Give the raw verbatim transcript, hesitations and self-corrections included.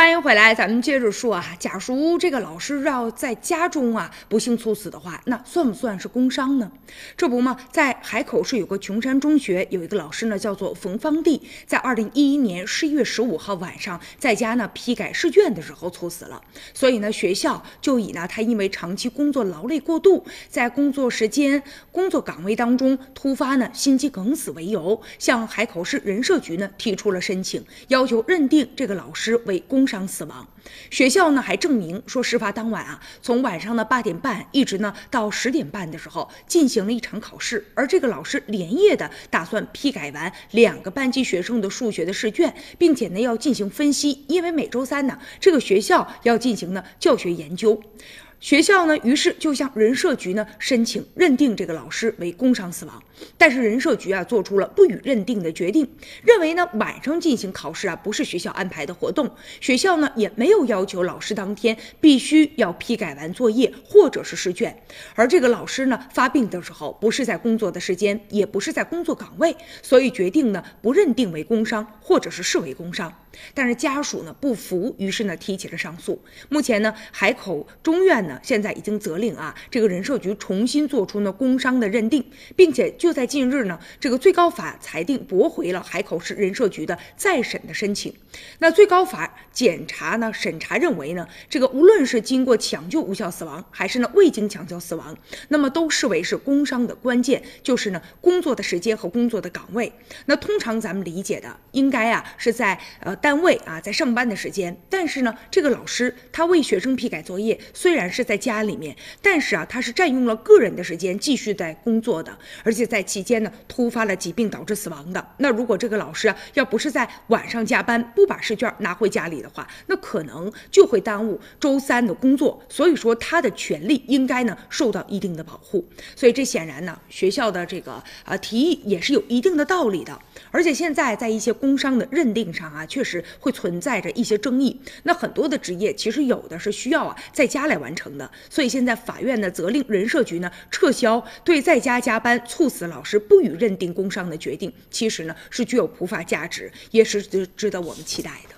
欢迎回来，咱们接着说啊。假如这个老师要在家中啊不幸猝死的话，那算不算是工伤呢？这不嘛，在海口市有个琼山中学，有一个老师呢叫做冯方娣，在二零一一年十一月十五号晚上，在家呢批改试卷的时候猝死了。所以呢，学校就以呢他因为长期工作劳累过度，在工作时间、工作岗位当中突发呢心肌梗死为由，向海口市人社局呢提出了申请，要求认定这个老师为工伤死亡。学校呢还证明说，事发当晚啊，从晚上的八点半一直呢到十点半的时候进行了一场考试，而这个老师连夜的打算批改完两个班级学生的数学的试卷，并且呢要进行分析，因为每周三呢这个学校要进行呢教学研究。学校呢，于是就向人社局呢申请认定这个老师为工伤死亡，但是人社局啊做出了不予认定的决定，认为呢晚上进行考试啊不是学校安排的活动，学校呢也没有要求老师当天必须要批改完作业或者是试卷，而这个老师呢发病的时候不是在工作的时间，也不是在工作岗位，所以决定呢不认定为工伤或者是视为工伤。但是家属呢不服，于是呢提起了上诉。目前呢海口中院呢现在已经责令啊这个人社局重新做出呢工伤的认定，并且就在近日呢这个最高法裁定驳回了海口市人社局的再审的申请。那最高法检察呢审查认为呢，这个无论是经过抢救无效死亡，还是呢未经抢救死亡，那么都视为是工伤的关键就是呢工作的时间和工作的岗位。那通常咱们理解的应该啊是在呃单位啊在上班的时间，但是呢这个老师他为学生批改作业，虽然是在家里面，但是啊他是占用了个人的时间继续在工作的，而且在期间呢突发了疾病导致死亡的。那如果这个老师啊要不是在晚上加班，不把试卷拿回家里的话，那可能就会耽误周三的工作，所以说他的权利应该呢受到一定的保护。所以这显然呢学校的这个呃提议也是有一定的道理的。而且现在在一些工伤的认定上啊，确实会存在着一些争议。那很多的职业其实有的是需要啊在家来完成的，所以现在法院呢责令人社局呢撤销对在家加班猝死老师不予认定工伤的决定，其实呢是具有普法价值，也是值得我们期待的。